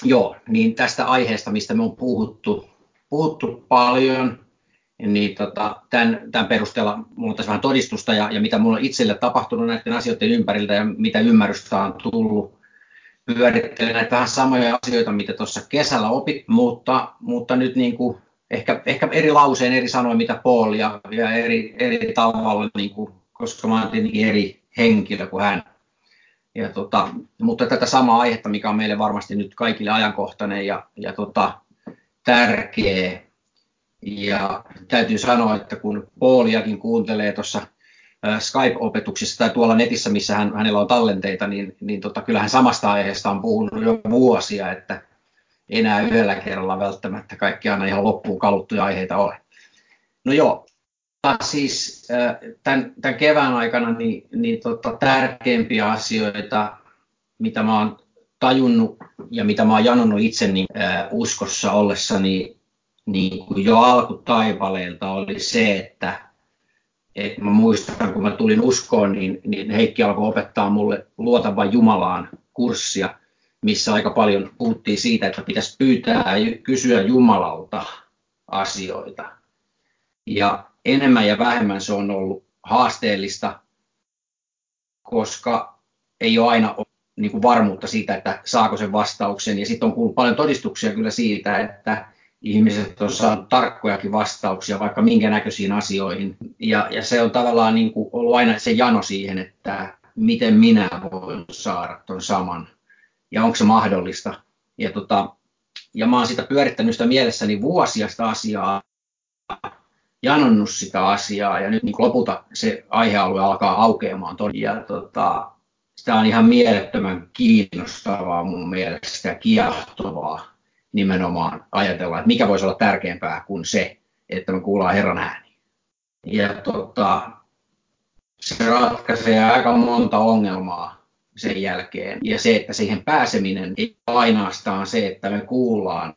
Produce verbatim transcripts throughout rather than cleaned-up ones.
Joo, niin tästä aiheesta, mistä me on puhuttu, puhuttu paljon, niin tota, tämän, tämän perusteella minulla on tässä vähän todistusta ja, ja mitä minulla on itselle tapahtunut näiden asioiden ympäriltä ja mitä ymmärrystä on tullut. Pyörittelen näitä vähän samoja asioita, mitä tuossa kesällä opit, mutta, mutta nyt niin kuin ehkä, ehkä eri lauseen, eri sanoin, mitä Paul ja, ja eri, eri tavalla, niin kuin, koska mä olen tietenkin eri henkilö kuin hän. Ja tota, mutta tätä samaa aihetta, mikä on meille varmasti nyt kaikille ajankohtainen ja, ja tota, tärkeä. Ja täytyy sanoa, että kun Pauliakin kuuntelee tuossa Skype-opetuksissa tai tuolla netissä, missä hän, hänellä on tallenteita, niin, niin tota, kyllähän samasta aiheesta on puhunut jo vuosia, että enää yhdellä kerralla välttämättä kaikki aina ihan loppuun kaluttuja aiheita ole. No joo, siis tämän, tämän kevään aikana niin, niin tota, tärkeimpiä asioita, mitä mä oon tajunnut ja mitä mä oon janonnut itse niin, ää, uskossa ollessani niin kuin jo alkutaipaleelta oli se, että et mä muistan, kun mä tulin uskoon, niin, niin Heikki alkoi opettaa mulle luota vain Jumalaan kurssia, missä aika paljon puhuttiin siitä, että pitäisi pyytää ja kysyä Jumalalta asioita. Ja enemmän ja vähemmän se on ollut haasteellista, koska ei ole aina ollut niin kuin varmuutta siitä, että saako sen vastauksen. Ja sitten on kuullut paljon todistuksia kyllä siitä, että ihmiset on saanut tarkkojakin vastauksia vaikka minkä näköisiin asioihin. Ja, ja se on tavallaan niin kuin ollut aina se jano siihen, että miten minä voin saada ton saman ja onko se mahdollista. Ja, tota, ja mä oon sitä pyörittänyt sitä mielessäni vuosia sitä asiaa, janonnut sitä asiaa ja nyt niin lopulta se aihealue alkaa aukeamaan. Ja tota, sitä on ihan mielettömän kiinnostavaa mun mielestä ja kiehtovaa nimenomaan ajatella, että mikä voisi olla tärkeämpää kuin se, että me kuullaan Herran ääni. Ja tota, se ratkaisee aika monta ongelmaa sen jälkeen. Ja se, että siihen pääseminen ei ainoastaan se, että me kuullaan,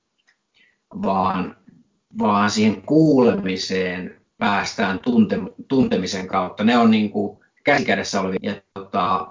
vaan, vaan siihen kuulemiseen päästään tunte, tuntemisen kautta. Ne on niin kuin käsikädessä olevia. Ja tota,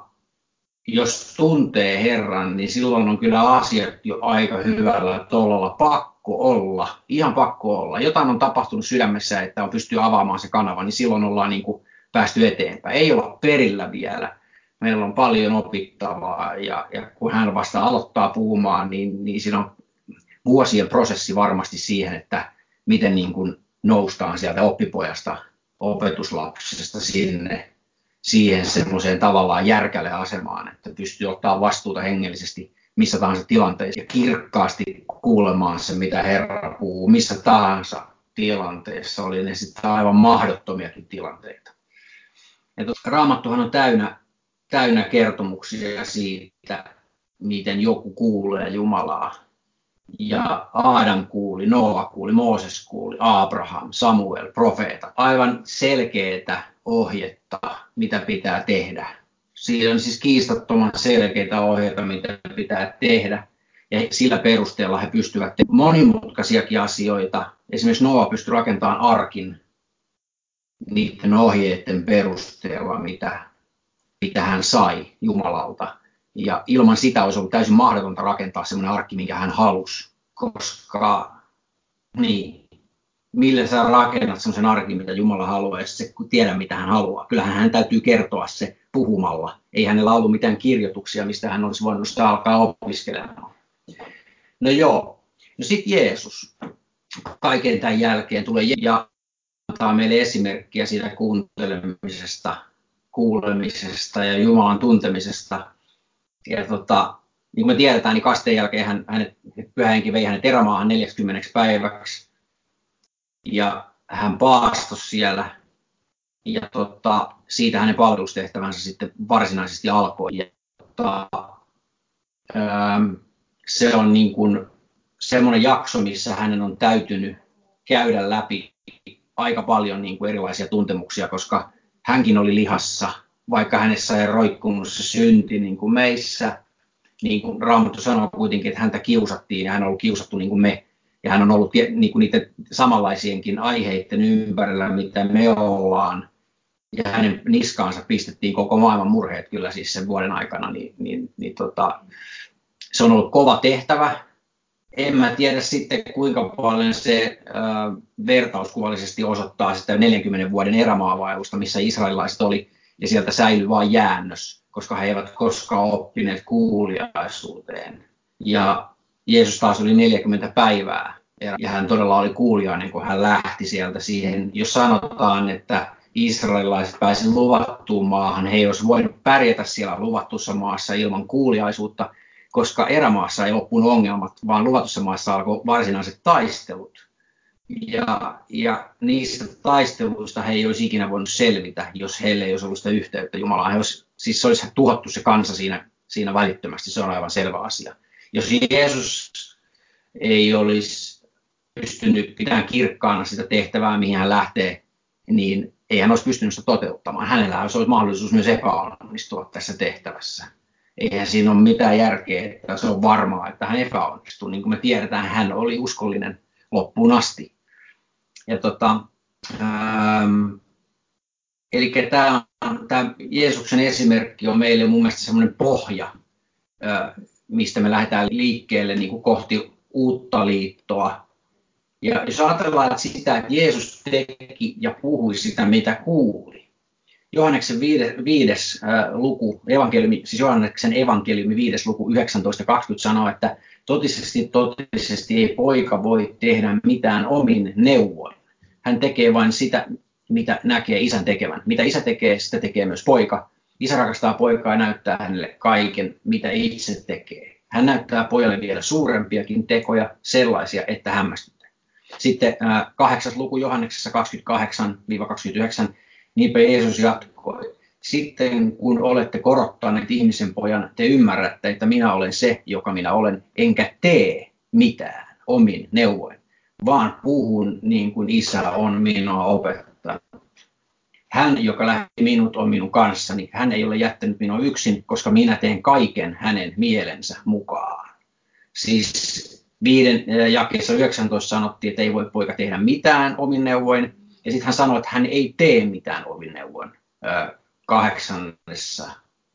jos tuntee Herran, niin silloin on kyllä asiat jo aika hyvällä tolalla. Pakko olla, ihan pakko olla. Jotain on tapahtunut sydämessä, että on pystyy avaamaan se kanava, niin silloin ollaan niin kuin päästy eteenpäin. Ei olla perillä vielä. Meillä on paljon opittavaa ja, ja kun hän vasta aloittaa puhumaan, niin, niin siinä on vuosien prosessi varmasti siihen, että miten niin kuin noustaan sieltä oppipojasta, opetuslapsesta sinne siihen semmoiseen tavallaan järkälle asemaan, että pystyy ottaa vastuuta hengellisesti missä tahansa tilanteessa ja kirkkaasti kuulemaan se, mitä Herra puhuu, missä tahansa tilanteessa, oli ne sitten aivan mahdottomiakin tilanteita. Ja Raamattuhan on täynnä, täynnä kertomuksia siitä, miten joku kuulee Jumalaa. Ja Aadam kuuli, Noa kuuli, Mooses kuuli, Abraham, Samuel, profeetat. Aivan selkeätä ohjetta, mitä pitää tehdä. Siinä on siis kiistattoman selkeitä ohjeita, mitä pitää tehdä. Ja sillä perusteella he pystyvät tekemään monimutkaisiakin asioita. Esimerkiksi Noa pystyi rakentamaan arkin niiden ohjeiden perusteella, mitä, mitä hän sai Jumalalta. Ja ilman sitä olisi ollut täysin mahdotonta rakentaa semmoinen arkki, minkä hän halusi. Koska niin, millä sä rakennat semmoisen arkin, mitä Jumala haluaa, jos se tiedä, mitä hän haluaa. Kyllähän hän täytyy kertoa se puhumalla. Ei hänellä ollut mitään kirjoituksia, mistä hän olisi voinut sitä alkaa opiskelemaan. No joo, no sitten Jeesus kaiken tämän jälkeen tulee ja antaa meille esimerkkiä siitä kuuntelemisesta, kuulemisesta ja Jumalan tuntemisesta. Ja tota, niin kuin me tiedetään, niin kasteen jälkeen hän, hänet, Pyhä Henki vei hänet erämaahan neljäkymmentä päiväksi. Ja hän paastosi siellä. Ja tota, siitä hänen palvelustehtävänsä sitten varsinaisesti alkoi. Ja tota, ähm, se on niin kuin semmoinen jakso, missä hänen on täytynyt käydä läpi aika paljon niin kuin erilaisia tuntemuksia, koska hänkin oli lihassa, vaikka hänessä ei roikkunut se synti niin kuin meissä. Niin kuin Raamattu sanoo kuitenkin, että häntä kiusattiin ja hän on ollut kiusattu niin kuin me. Ja hän on ollut niin kuin niiden samanlaisienkin aiheiden ympärillä, mitä me ollaan. Ja hänen niskaansa pistettiin koko maailman murheet kyllä siis sen vuoden aikana. Niin, niin, niin tota, se on ollut kova tehtävä. En mä tiedä sitten, kuinka paljon se äh, vertauskuvallisesti osoittaa sitä neljänkymmenen vuoden erämaavailusta, missä israelilaiset oli, ja sieltä säilyi vain jäännös, koska he eivät koskaan oppineet kuuliaisuuteen. Ja Jeesus taas oli neljäkymmentä päivää, ja hän todella oli kuuliainen, kun hän lähti sieltä siihen. Jos sanotaan, että israelilaiset pääsivät luvattuun maahan, he ei olisi voinut pärjätä siellä luvattussa maassa ilman kuuliaisuutta, koska erämaassa ei loppunut ongelmat, vaan luvatussa maassa alkoi varsinaiset taistelut. Ja, ja niistä taisteluista he ei olisi ikinä voinut selvitä, jos heille ei olisi ollut sitä yhteyttä Jumalaan. He olisi, siis se olisi tuhottu se kansa siinä, siinä välittömästi, se on aivan selvä asia. Jos Jeesus ei olisi pystynyt pitämään kirkkaana sitä tehtävää, mihin hän lähtee, niin ei hän olisi pystynyt sitä toteuttamaan. Hänellä olisi ollut mahdollisuus myös epäonnistua tässä tehtävässä. Eihän siinä ole mitään järkeä, että se on varmaa, että hän epäonnistuu. Niin kuin me tiedetään, hän oli uskollinen loppuun asti. Ja tota, ähm, eli tämä, tämä Jeesuksen esimerkki on meille mun mielestä semmoinen pohja, äh, mistä me lähdetään liikkeelle niin kuin kohti uutta liittoa. Ja jos ajatellaan että sitä, että Jeesus teki ja puhui sitä, mitä kuuli. Johanneksen viides, viides äh, luku, evankeliumi, siis Johanneksen evankeliumi viides luku yhdeksäntoista kaksikymmentä sanoo, että totisesti, totisesti ei poika voi tehdä mitään omin neuvoin. Hän tekee vain sitä, mitä näkee isän tekevän. Mitä isä tekee, sitä tekee myös poika. Isä rakastaa poikaa ja näyttää hänelle kaiken, mitä itse tekee. Hän näyttää pojalle vielä suurempiakin tekoja, sellaisia, että hämmästytte. Sitten äh, kahdeksas luku Johanneksessa kaksikymmentäkahdeksan kaksikymmentäyhdeksän. Niinpä Jeesus jatkoi. Sitten kun olette korottaneet ihmisen pojan, te ymmärrätte, että minä olen se, joka minä olen, enkä tee mitään omin neuvoin, vaan puhun niin kuin Isä on minua opettanut. Hän, joka lähti minut, on minun kanssani. Hän ei ole jättänyt minua yksin, koska minä teen kaiken hänen mielensä mukaan. Siis viiden jakeessa yhdeksäntoista sanottiin, että ei voi poika tehdä mitään omin neuvoin. Ja sitten hän sanoi, että hän ei tee mitään omin neuvoin kahdeksannessa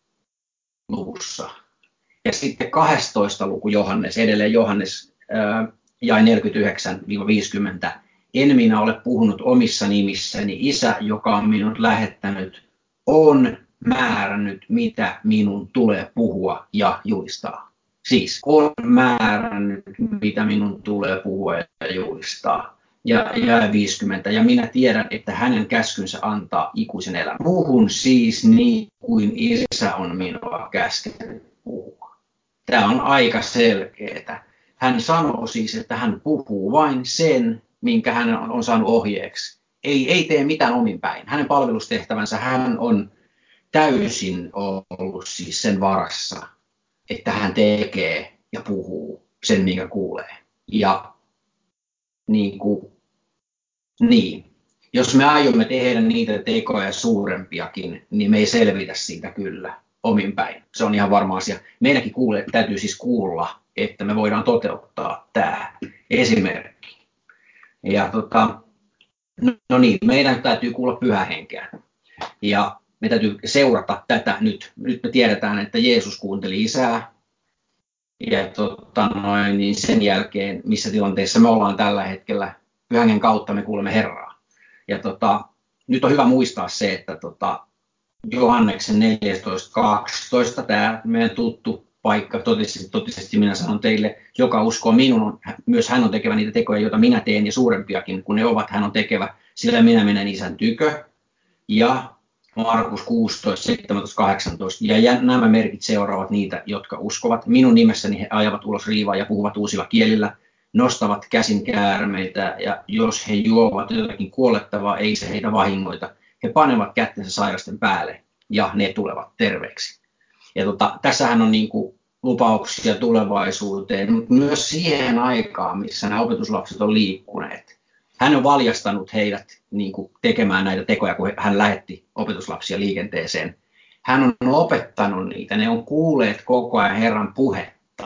luvussa. Ja sitten kahdestoista luku Johannes, edelleen Johannes jae neljäkymmentäyhdeksän viisikymmentä. En minä ole puhunut omissa nimissäni, Isä, joka on minut lähettänyt, on määrännyt, mitä minun tulee puhua ja julistaa. Siis on määrännyt, mitä minun tulee puhua ja julistaa. Ja, ja viisikymmentä. Ja minä tiedän, että hänen käskynsä antaa ikuisen elämän. Puhun siis niin kuin Isä on minua käskenyt puhua. Tämä on aika selkeää. Hän sanoo siis, että hän puhuu vain sen, minkä hän on, on saanut ohjeeksi. Ei, ei tee mitään omin päin. Hänen palvelustehtävänsä hän on täysin ollut siis sen varassa, että hän tekee ja puhuu sen, minkä kuulee. Ja niin kuin, niin. Jos me aiomme tehdä niitä tekoja suurempiakin, niin me ei selvitä siitä kyllä omin päin. Se on ihan varma asia. Meidänkin kuule, täytyy siis kuulla, että me voidaan toteuttaa tämä esimerkki. Ja tota, no niin, meidän täytyy kuulla Pyhää Henkeä. Ja me täytyy seurata tätä nyt. Nyt me tiedetään, että Jeesus kuunteli Isää. Ja tota noin, niin sen jälkeen, missä tilanteessa me ollaan tällä hetkellä, Pyhän Hengen kautta me kuulemme Herraa. Ja tota, nyt on hyvä muistaa se, että tota, Johanneksen neljätoista kaksitoista, tämä meidän tuttu paikka, totisesti, totisesti minä sanon teille, joka uskoo minun, myös hän on tekevä niitä tekoja, joita minä teen, ja suurempiakin kun ne ovat, hän on tekevä, sillä minä menen Isän tykö. Ja Markus kuusitoista seitsemäntoista kahdeksantoista, ja nämä merkit seuraavat niitä, jotka uskovat. Minun nimessäni he ajavat ulos riivaa ja puhuvat uusilla kielillä, nostavat käsin käärmeitä, ja jos he juovat jotakin kuolettavaa, ei se heitä vahingoita. He panevat kättensä sairasten päälle, ja ne tulevat terveeksi. Ja tota, tässähän on niin kuin lupauksia tulevaisuuteen, mutta myös siihen aikaan, missä nämä opetuslapset on liikkuneet. Hän on valjastanut heidät niin kuin tekemään näitä tekoja, kun hän lähetti opetuslapsia liikenteeseen. Hän on opettanut niitä, ne on kuulleet koko ajan Herran puhetta.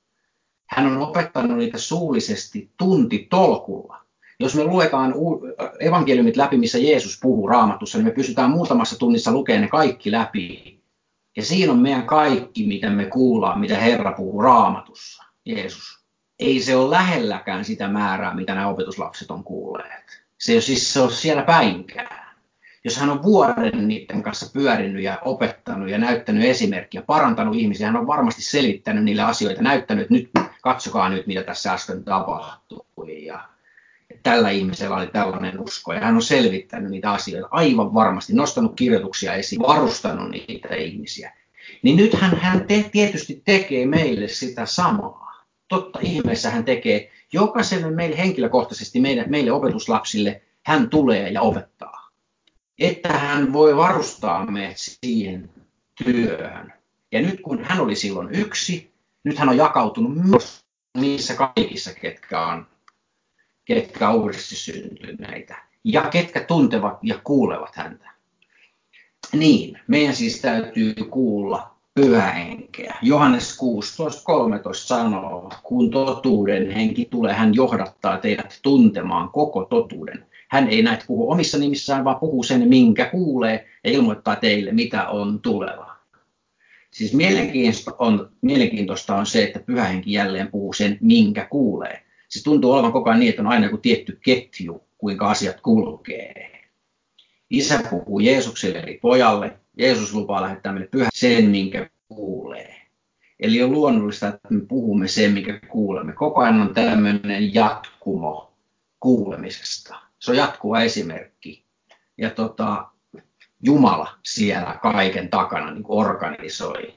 Hän on opettanut niitä suullisesti tuntitolkulla. Jos me luetaan evankeliumit läpi, missä Jeesus puhuu Raamatussa, niin me pystytään muutamassa tunnissa lukemaan ne kaikki läpi Ja siinä on meidän kaikki, mitä me kuullaan, mitä Herra puhuu Raamatussa, Jeesus. Ei se ole lähelläkään sitä määrää, mitä nämä opetuslapset on kuulleet. Se ei ole siis se on siellä päinkään. Jos hän on vuoden niiden kanssa pyörinyt ja opettanut ja näyttänyt esimerkkiä, parantanut ihmisiä, hän on varmasti selittänyt niille asioita, näyttänyt, että nyt katsokaa nyt, mitä tässä äsken tapahtui. Ja tällä ihmisellä oli tällainen usko ja hän on selvittänyt niitä asioita aivan varmasti, nostanut kirjoituksia esiin, varustanut niitä ihmisiä. Niin nythän hän te- tietysti tekee meille sitä samaa. Totta ihmeessä hän tekee jokaiselle meille henkilökohtaisesti, meille, meille opetuslapsille, hän tulee ja opettaa. Että hän voi varustaa meidät siihen työhön. Ja nyt kun hän oli silloin yksi, nyt hän on jakautunut myös niissä kaikissa, ketkä on, ketkä on uudesti syntyneitä. Ja ketkä tuntevat ja kuulevat häntä. Niin, meidän siis täytyy kuulla Pyhä Henkeä. Johannes kuusitoista kolmetoista sanoo, kun totuuden henki tulee, hän johdattaa teidät tuntemaan koko totuuden. Hän ei näitä puhu omissa nimissään, vaan puhuu sen, minkä kuulee, ja ilmoittaa teille, mitä on tuleva. Siis mielenkiintoista on, mielenkiintoista on se, että Pyhä Henki jälleen puhuu sen, minkä kuulee. Siis tuntuu olevan koko ajan niin, että on aina joku tietty ketju, kuinka asiat kulkee. Isä puhuu Jeesukselle eli pojalle. Jeesus lupaa lähettää meille pyhän sen, minkä kuulee. Eli on luonnollista, että me puhumme sen, minkä kuulemme. Koko ajan on tämmöinen jatkumo kuulemisesta. Se on jatkuva esimerkki. Ja tota, Jumala siellä kaiken takana niin kuin organisoi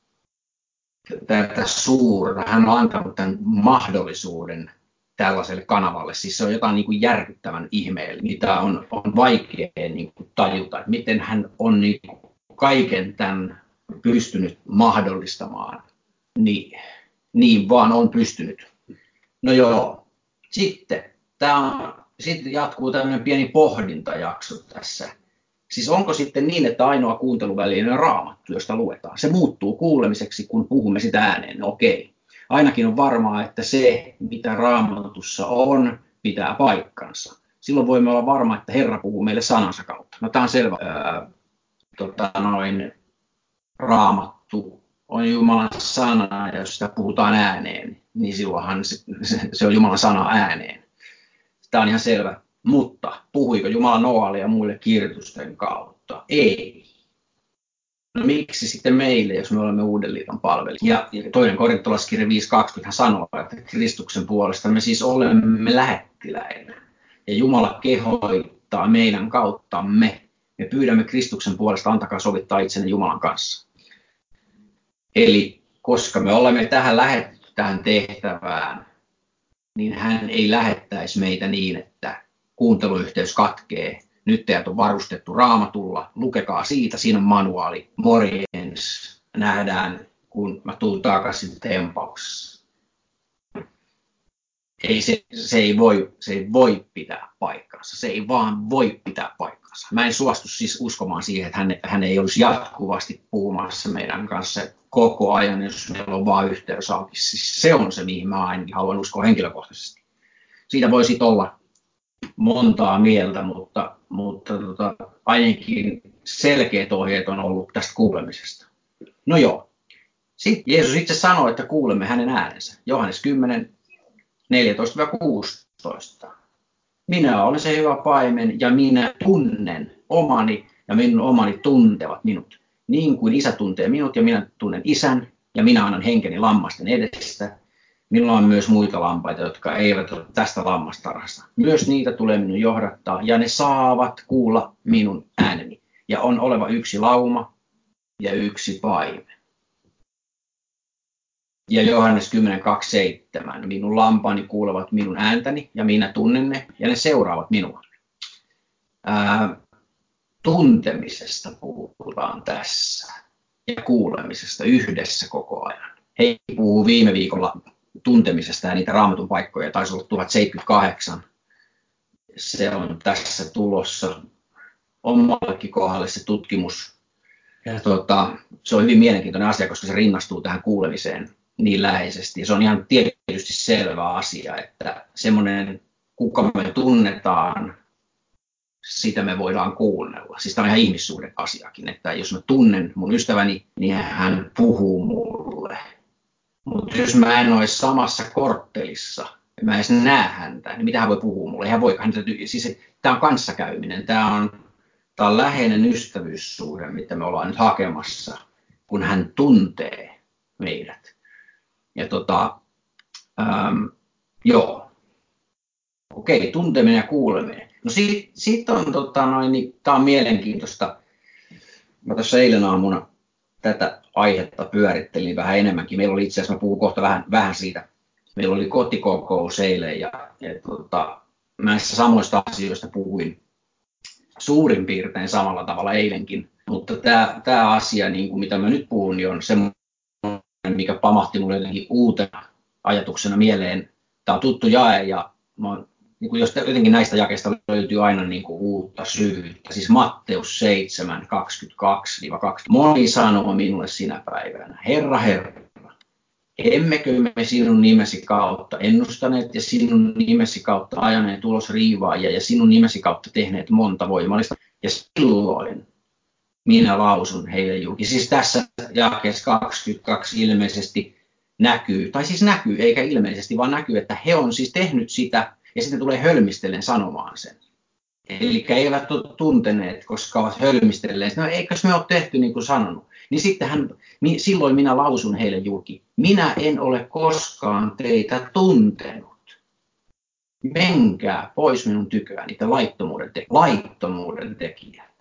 tätä suurta. Hän on antanut tämän mahdollisuuden tällaiselle kanavalle. Siis se on jotain niin kuin järkyttävän ihmeellistä, mitä on, on vaikea niin kuin tajuta, että miten hän on niin kuin kaiken tämän pystynyt mahdollistamaan. Niin, niin vaan on pystynyt. No joo, sitten, tämä on, sitten jatkuu tämmöinen pieni pohdintajakso tässä. Siis onko sitten niin, että ainoa kuunteluväline on Raamattu, josta luetaan? Se muuttuu kuulemiseksi, kun puhumme sitä ääneen. No okei. Ainakin on varmaa, että se, mitä Raamatussa on, pitää paikkansa. Silloin voimme olla varma, että Herra puhuu meille sanansa kautta. No tämä on selvä. Öö, tota noin, Raamattu on Jumalan sana, ja jos sitä puhutaan ääneen, niin silloinhan se, se on Jumalan sana ääneen. Tämä on ihan selvä. Mutta puhuiko Jumala Noalle ja muille kirjoitusten kautta? Ei. No miksi sitten meille, jos me olemme Uuden liiton palvelijat? Ja toinen korintolaiskirja viisi kaksikymmentä sanoo, että Kristuksen puolesta me siis olemme lähettiläinä. Ja Jumala kehoittaa meidän kauttamme. Me pyydämme Kristuksen puolesta, antakaa sovittaa itsenne Jumalan kanssa. Eli koska me olemme tähän lähetty tähän tehtävään, niin hän ei lähettäisi meitä niin, että kuunteluyhteys katkee. Nyt teidät on varustettu Raamatulla, lukekaa siitä, siinä on manuaali, morjens, nähdään, kun mä tuun takaisin tempauksessa. Ei, se, se, ei voi, se ei voi pitää paikkansa, se ei vaan voi pitää paikkansa. Mä en suostu siis uskomaan siihen, että hän, hän ei olisi jatkuvasti puhumassa meidän kanssa koko ajan, jos meillä on vaan yhteys auki. Siis se on se, mihin mä ainakin haluan uskoa henkilökohtaisesti. Siitä voi sitten olla montaa mieltä, mutta, mutta tota, ainakin selkeät ohjeet on ollut tästä kuulemisesta. No joo. Sitten Jeesus itse sanoi, että kuulemme hänen äänensä. Johannes kymmenen, neljätoista kuusitoista. Minä olen se hyvä paimen ja minä tunnen omani ja minun omani tuntevat minut. Niin kuin isä tuntee minut ja minä tunnen isän ja minä annan henkeni lammasten edestä. Minulla on myös muita lampaita, jotka eivät ole tästä lammastarhasta. Myös niitä tulee minun johdattaa, ja ne saavat kuulla minun ääneni. Ja on oleva yksi lauma ja yksi paimen. Ja Johannes kymmenen kaksikymmentäseitsemän. Minun lampaani kuulevat minun ääntäni, ja minä tunnen ne, ja ne seuraavat minua. Ää, tuntemisesta puhutaan tässä, ja kuulemisesta yhdessä koko ajan. He puhuu viime viikolla tuntemisesta ja niitä Raamatun paikkoja taisi olla tuhat seitsemänkymmentäkahdeksan. Se on tässä tulossa omallekin kohdalle se tutkimus. Ja tuota, se on hyvin mielenkiintoinen asia, koska se rinnastuu tähän kuulemiseen niin läheisesti. Ja se on ihan tietysti selvä asia, että semmoinen, kuka me tunnetaan, sitä me voidaan kuunnella. Siis tämä on ihan ihmissuhde asiakin, että jos mä tunnen mun ystäväni, niin hän puhuu mulle. Mutta jos mä en ole samassa korttelissa, mä en edes näe häntä, niin mitä hän voi puhua mulle? Hän voi, hän täytyy, siis tämä on kanssakäyminen, tämä on, tämä on läheinen ystävyyssuhde, mitä me ollaan nyt hakemassa, kun hän tuntee meidät. Ja tota, ähm, joo, okei, tunteminen ja kuuleminen. No siitä, siitä on, tota, noin, niin, tämä on mielenkiintoista. Mä tuossa eilen aamuna tätä aihetta pyörittelin vähän enemmänkin. Meillä oli itse asiassa, mä puhun kohta vähän, vähän siitä, meillä oli kotikokous eilen ja, ja tota, näistä samoista asioista puhuin suurin piirtein samalla tavalla eilenkin. Mutta tämä, tämä asia, niin kuin mitä mä nyt puhun, niin on semmoinen, mikä pamahti mulle jotenkin uutena ajatuksena mieleen. Tämä on tuttu jae ja mä oon, niin kuin jos jotenkin näistä jakeista löytyy aina niin kuin uutta syyttä. Siis Matteus seitsemän kaksikymmentäkaksi kaksikymmentä. Moni sanoo minulle sinä päivänä, Herra, Herra, emmekö me sinun nimesi kautta ennustaneet ja sinun nimesi kautta ajaneet ulos riivaajia ja sinun nimesi kautta tehneet monta voimallista. Ja silloin minä lausun heille julki. Siis tässä jakeessa kaksikymmentäkaksi ilmeisesti näkyy, tai siis näkyy, eikä ilmeisesti, vaan näkyy, että he on siis tehnyt sitä, ja sitten tulee hölmistellen sanomaan sen. Eli eivät ole tunteneet, koska ovat hölmistelleet. No eikös me ole tehty niin kuin sanonut. Niin sitten hän, niin silloin minä lausun heille julki. Minä en ole koskaan teitä tuntenut. Menkää pois minun tyköäni, niitä laittomuuden, te- laittomuuden tekijät.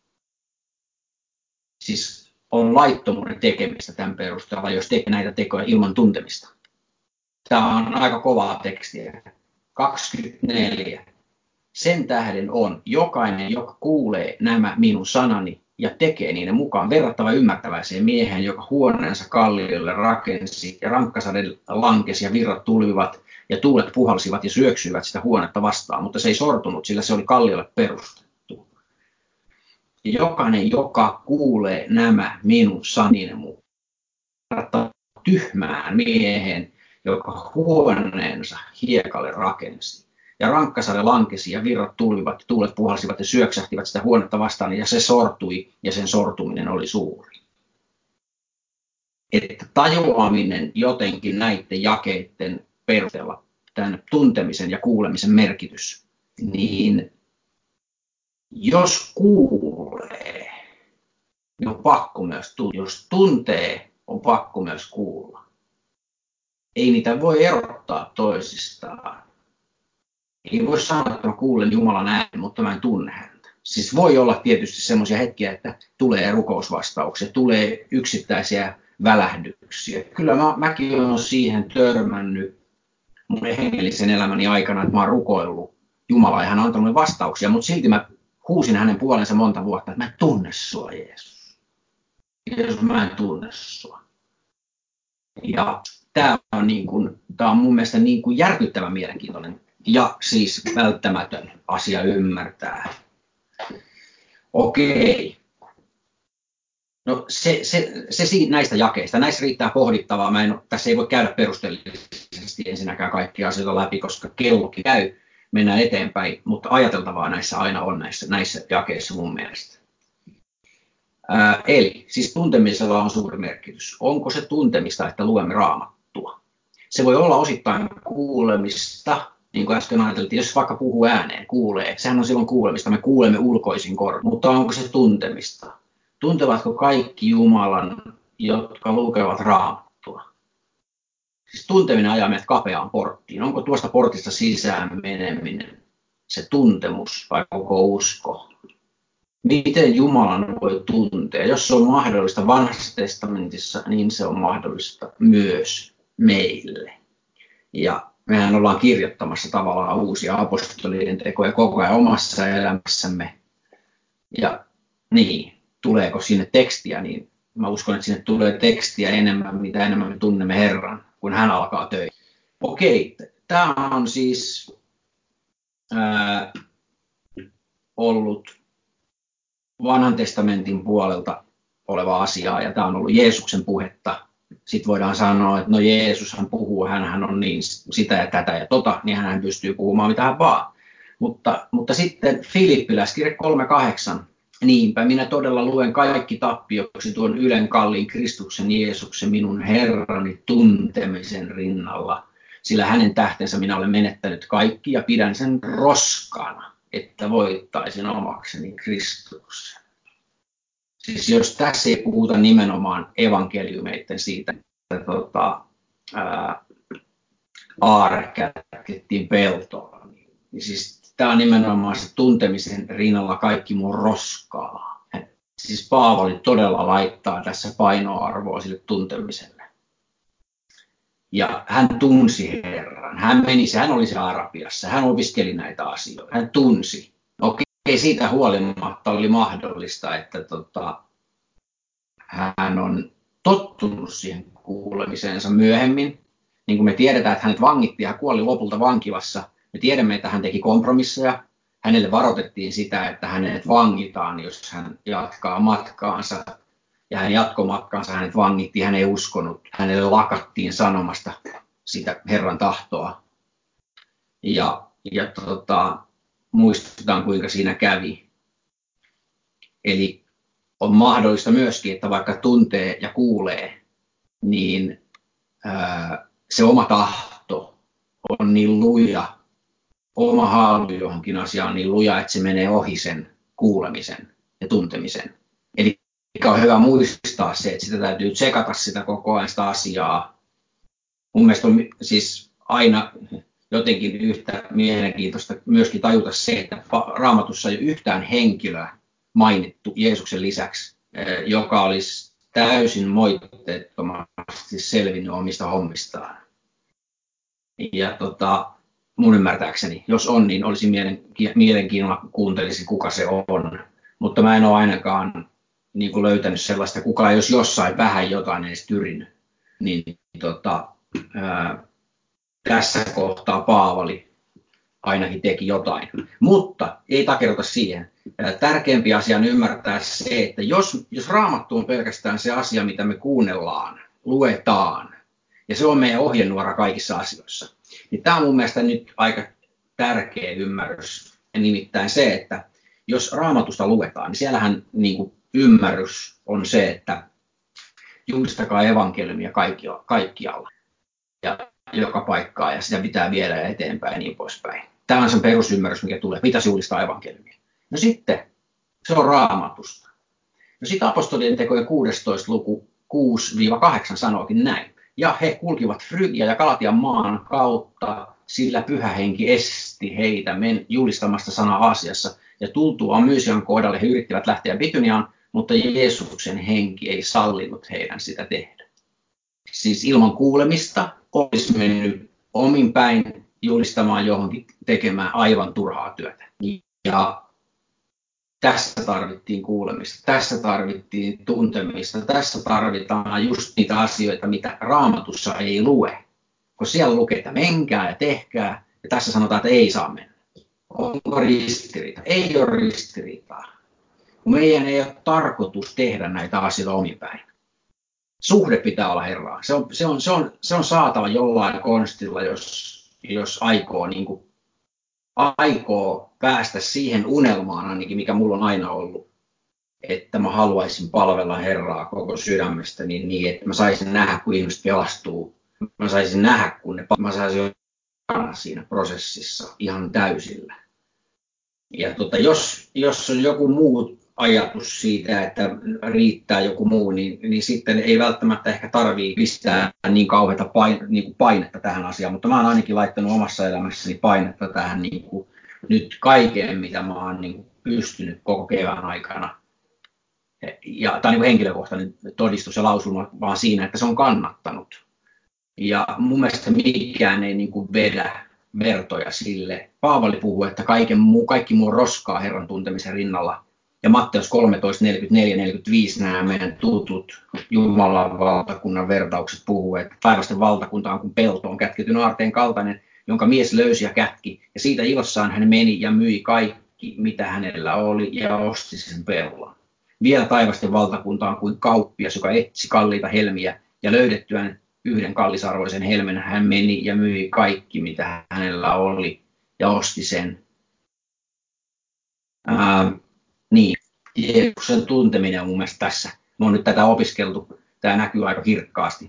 Siis on laittomuuden tekemistä tämän perusteella, jos tekee näitä tekoja ilman tuntemista. Tämä on aika kovaa tekstiä. kaksikymmentäneljä. Sen tähden on jokainen, joka kuulee nämä minun sanani ja tekee niiden mukaan verrattava ymmärtäväiseen mieheen, joka huoneensa kalliolle rakensi ja rankkasade lankesi ja virrat tulivat ja tuulet puhalsivat ja syöksyivät sitä huonetta vastaan, mutta se ei sortunut, sillä se oli kalliolle perustettu. Ja jokainen, joka kuulee nämä minun sanani mukaan, verrattava tyhmään mieheen, joka huoneensa hiekalle rakensi. Ja rankkasade lankesi ja virrat tulivat, tuulet puhalsivat ja syöksähtivät sitä huonetta vastaan ja se sortui ja sen sortuminen oli suuri. Että tajuaminen jotenkin näiden jakeiden perusteella, tämän tuntemisen ja kuulemisen merkitys, niin jos kuulee, niin on pakko myös tuntea. Jos tuntee, on pakko myös kuulla. Ei niitä voi erottaa toisistaan. Ei voi sanoa, että mä kuulen Jumalan äänen, mutta mä en tunne häntä. Siis voi olla tietysti semmoisia hetkiä, että tulee rukousvastauksia, tulee yksittäisiä välähdyksiä. Kyllä mä, mäkin olen siihen törmännyt mun hengellisen elämäni aikana, että mä oon rukoillut Jumalaa ja hän on antanut vastauksia, mutta silti mä huusin hänen puolensa monta vuotta, että mä en tunne sua, Jeesus. Jeesus, mä en tunne sua. Ja tämä on, niin kuin, tämä on mun mielestä niin kuin järkyttävän mielenkiintoinen ja siis välttämätön asia ymmärtää. Okei. No se, se, se näistä jakeista. Näissä riittää pohdittavaa. Mä en, tässä ei voi käydä perusteellisesti ensinnäkään kaikkia asioita läpi, koska kellokin käy. Mennään eteenpäin, mutta ajateltavaa näissä aina on näissä, näissä jakeissa mun mielestä. Ää, eli siis tuntemisella on suuri merkitys. Onko se tuntemista, että luemme Raamattua? Se voi olla osittain kuulemista, niin kuin äsken ajateltiin, jos vaikka puhuu ääneen, kuulee. Sehän on silloin kuulemista, me kuulemme ulkoisin korvin. Mutta onko se tuntemista? Tuntevatko kaikki Jumalan, jotka lukevat Raamattua? Siis tunteminen ajaa meidät kapeaan porttiin. Onko tuosta portista sisään meneminen se tuntemus vai koko usko? Miten Jumalan voi tuntea? Jos se on mahdollista Vanhassa testamentissa, niin se on mahdollista myös meille. Ja mehän ollaan kirjoittamassa tavallaan uusia apostolien tekoja koko ajan omassa elämässämme. Ja niin, tuleeko sinne tekstiä, niin mä uskon, että sinne tulee tekstiä enemmän, mitä enemmän me tunnemme Herran, kun hän alkaa töitä. Okei, tämä on siis ää, ollut Vanhan testamentin puolelta oleva asia, ja tämä on ollut Jeesuksen puhetta. Sitten voidaan sanoa, että no Jeesushan puhuu, hänhän on niin sitä ja tätä ja tota, niin hän pystyy puhumaan mitä hän vaan. Mutta, mutta sitten Filippiläiskirje kolme kahdeksan. Niinpä minä todella luen kaikki tappioksi tuon ylen kalliin Kristuksen Jeesuksen minun Herrani tuntemisen rinnalla, sillä hänen tähtensä minä olen menettänyt kaikki ja pidän sen roskana, että voittaisin omakseni Kristuksen. Siis jos tässä ei puhuta nimenomaan evankeliumeiden siitä, että tota, ää, aare kätkettiin peltoon, niin siis tämä on nimenomaan se tuntemisen rinnalla kaikki mun roskaa. Siis Paavali todella laittaa tässä painoarvoa sille tuntemiselle. Ja hän tunsi Herran. Hän meni, hän oli se Arabiassa, hän opiskeli näitä asioita, hän tunsi. Okei, siitä huolimatta oli mahdollista, että tota, hän on tottunut siihen kuulemiseensa myöhemmin. Niin kuin me tiedetään, että hänet vangittiin ja hän kuoli lopulta vankilassa. Me tiedämme, että hän teki kompromisseja. Hänelle varoitettiin sitä, että hänet vangitaan, jos hän jatkaa matkaansa. Ja hän jatkoi matkaansa, hänet vangittiin, hän ei uskonut. Hänelle lakattiin sanomasta sitä Herran tahtoa. Ja, ja tota, muistetaan, kuinka siinä kävi. Eli on mahdollista myöskin, että vaikka tuntee ja kuulee, niin ää, se oma tahto on niin luja, oma halu johonkin asiaan on niin luja, että se menee ohi sen kuulemisen ja tuntemisen. Eli on hyvä muistaa se, että sitä täytyy tsekata sitä koko ajan sitä asiaa. Mun mielestä on siis aina jotenkin yhtä mielenkiintoista myöskin tajuta se, että Raamatussa ei ole yhtään henkilöä mainittu Jeesuksen lisäksi, joka olisi täysin moitteettomasti selvinnyt omista hommistaan. Ja tota, mun ymmärtääkseni, jos on, niin olisi mielenkiinnolla kuuntelisin, kuka se on. Mutta mä en ole ainakaan niin kuin löytänyt sellaista, kuka jos jossain vähän jotain edes tyrinyt. Niin tota, ää, tässä kohtaa Paavali ainakin teki jotain. Mutta ei takerrota siihen. Tärkeämpi asia on ymmärtää se, että jos, jos Raamattu on pelkästään se asia, mitä me kuunnellaan, luetaan, ja se on meidän ohjenuora kaikissa asioissa, niin tämä on mun mielestä nyt aika tärkeä ymmärrys. Ja nimittäin se, että jos Raamatusta luetaan, niin siellähän niin kuin ymmärrys on se, että julistakaa evankeliumia kaikkialla ja joka paikkaa, ja sitä pitää viedä eteenpäin ja niin poispäin. Tämä on se perusymmärrys, mikä tulee. Pitäisi julistaa evankeliumia. No sitten, se on Raamatusta. No sitten apostolien tekojen kuusitoista luku kuusi kahdeksan sanookin näin. Ja he kulkivat Frygia ja Galatian maan kautta, sillä pyhä henki esti heitä men julistamasta sanaa Aasiassa. Ja tultuaan Myysian kohdalle he yrittivät lähteä Bityniaan, mutta Jeesuksen henki ei sallinut heidän sitä tehdä. Siis ilman kuulemista olisi mennyt omin päin julistamaan johonkin, tekemään aivan turhaa työtä. Ja tässä tarvittiin kuulemista, tässä tarvittiin tuntemista, tässä tarvitaan just niitä asioita, mitä Raamatussa ei lue. Kun siellä lukee, että menkää ja tehkää, ja tässä sanotaan, että ei saa mennä. Onko ristiriita? Ei ole ristiriitaa. Meidän ei ole tarkoitus tehdä näitä asioita omin päin. Suhde pitää olla Herraan. Se on, se on, se on, se on saatava jollain konstilla, jos, jos aikoo, niin kuin, aikoo päästä siihen unelmaan ainakin, mikä mulla on aina ollut, että mä haluaisin palvella Herraa koko sydämestäni niin, niin, että mä saisin nähdä, kun ihmiset pelastuu. Mä saisin nähdä, kun ne, mä saisin olla siinä prosessissa ihan täysillä. Ja tota, jos, jos on joku muu ajatus siitä, että riittää joku muu, niin, niin sitten ei välttämättä ehkä tarvitse pistää niin kauheata pain, niin kuin painetta tähän asiaan, mutta mä oon ainakin laittanut omassa elämässäni painetta tähän niin kuin nyt kaikeen, mitä mä oon niin kuin pystynyt koko kevään aikana. Ja tämä on niin henkilökohtainen todistus ja lausuma vaan siinä, että se on kannattanut. Ja mun mielestä mikään ei niin kuin vedä vertoja sille. Paavali puhuu, että kaiken muu, kaikki muu roskaa Herran tuntemisen rinnalla. Ja Matteus kolmetoista neljäkymmentäneljä neljäkymmentäviisi nämä meidän tutut Jumalan valtakunnan vertaukset puhuu, että taivasten valtakunta on kuin peltoon kätketyn aarteen kaltainen, jonka mies löysi ja kätki. Ja siitä ilossaan hän meni ja myi kaikki, mitä hänellä oli, ja osti sen pellon. Vielä taivasten valtakunta on kuin kauppias, joka etsi kalliita helmiä, ja löydettyään yhden kallisarvoisen helmen hän meni ja myi kaikki, mitä hänellä oli, ja osti sen. Ää, niin, Jeesuksen tunteminen on mun mielestä tässä. Me on nyt tätä opiskeltu. Tämä näkyy aika kirkkaasti.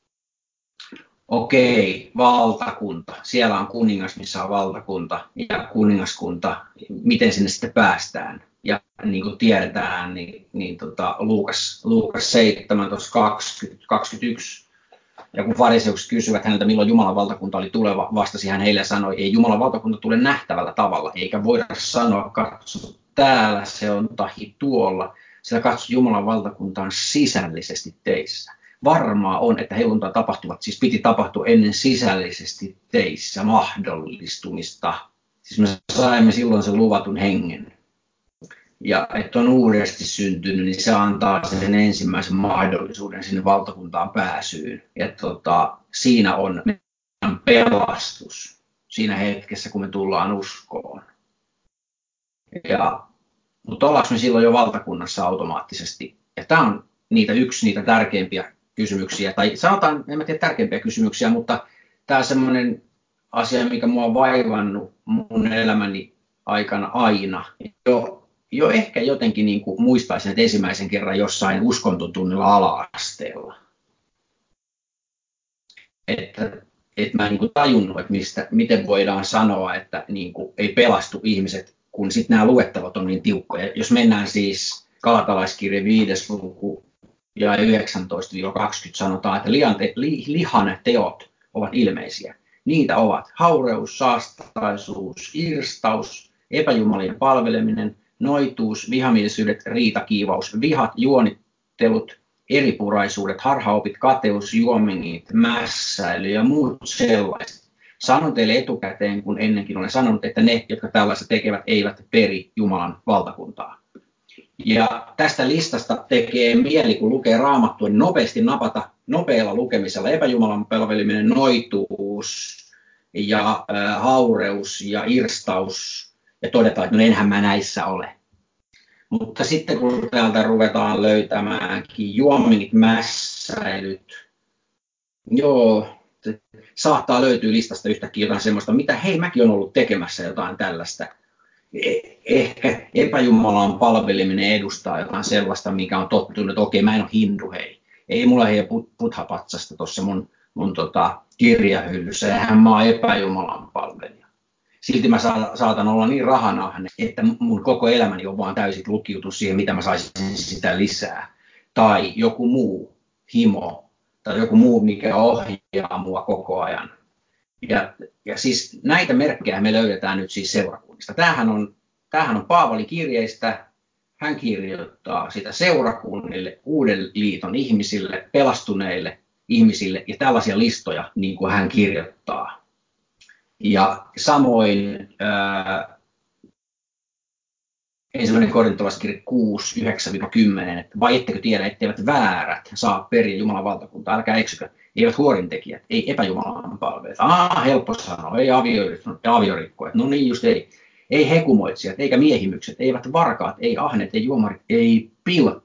Okei, valtakunta. Siellä on kuningas, missä on valtakunta ja kuningaskunta. Miten sinne sitten päästään? Ja niin kuin tiedetään, niin, niin tota, Luukas, Luukas seitsemäntoista kaksikymmentä kaksikymmentäyksi. Ja kun fariseukset kysyvät häneltä, milloin Jumalan valtakunta oli tuleva, vastasi hän heille ja sanoi, ei Jumalan valtakunta tule nähtävällä tavalla, eikä voida sanoa, katso täällä se on tahi tuolla, sillä katso Jumalan valtakunta on sisällisesti teissä. Varmaa on, että helluntaa tapahtuvat, siis piti tapahtua ennen sisällisesti teissä mahdollistumista. Siis me saimme silloin sen luvatun hengen. Ja että on uudesti syntynyt, niin se antaa sen ensimmäisen mahdollisuuden sinne valtakuntaan pääsyyn. Ja tota, siinä on meidän pelastus siinä hetkessä, kun me tullaan uskoon. Ja, mutta ollaanko me silloin jo valtakunnassa automaattisesti? Ja tämä on niitä, yksi niitä tärkeimpiä kysymyksiä, tai sanotaan, en mä tiedä tärkeimpiä kysymyksiä, mutta tämä on semmoinen asia, mikä mua on vaivannut mun elämäni aikana aina. Jo Jo ehkä jotenkin niin kuin muistaisin, että ensimmäisen kerran jossain uskontotunnilla ala-asteella. Että, että mä en niin kuin tajunnut, että mistä, miten voidaan sanoa, että niin kuin ei pelastu ihmiset, kun sitten nämä luettelot on niin tiukkoja. Jos mennään siis Galatalaiskirjan viides luku ja yhdeksäntoista kaksikymmentä sanotaan, että lihan, te, li, lihan teot ovat ilmeisiä. Niitä ovat haureus, saastaisuus, irstaus, epäjumalien palveleminen, noituus, vihamielisyydet, riitakiivaus, vihat, juonittelut, eripuraisuudet, harhaopit, kateus, juomingit, mässäily ja muut sellaiset. Sanon teille etukäteen, kun ennenkin olen sanonut, että ne, jotka tällaista tekevät, eivät peri Jumalan valtakuntaa. Ja tästä listasta tekee mieli, kun lukee Raamattua, niin nopeasti napata nopealla lukemisella epäjumalan palveleminen, noituus ja äh, haureus ja irstaus. Ja todetaan, että no enhän mä näissä ole. Mutta sitten kun täältä ruvetaan löytämäänkin juomingit, mässäilyt, joo, saattaa löytyä listasta yhtäkkiä jotain semmoista, mitä hei, mäkin olen ollut tekemässä jotain tällaista. Ehkä epäjumalan palveleminen edustaa jotain sellaista, mikä on tottunut, että okei, mä en ole hindu, hei. Ei mulla heidän buddha-patsasta tuossa mun, mun tota, kirjahyllyssä, eihän mä oon epäjumalan palvelija. Silti mä saatan olla niin rahanahne, että mun koko elämäni on vaan täysin lukiutunut siihen, mitä mä saisin sitä lisää. Tai joku muu himo, tai joku muu, mikä ohjaa mua koko ajan. Ja, ja siis näitä merkkejä me löydetään nyt siis seurakunnista. Tämähän on, tämähän on Paavalin kirjeistä. Hän kirjoittaa sitä seurakunnille, uuden liiton ihmisille, pelastuneille ihmisille ja tällaisia listoja, niin kuin hän kirjoittaa. Ja samoin ää, ensimmäinen korintolaiskirja kuusi, yhdeksän kymmenen, että vai ettekö tiedä, etteivät väärät saa periä Jumalan valtakuntaa, älkää eksykö, eivät huorintekijät, ei epäjumalan palvelijat, ah, helppo sanoa, ei aviorikkoja, no niin just ei, ei hekumoitsijat, eikä miehimykset, eivät varkaat, ei ahneet, ei juomarit, ei pilkka.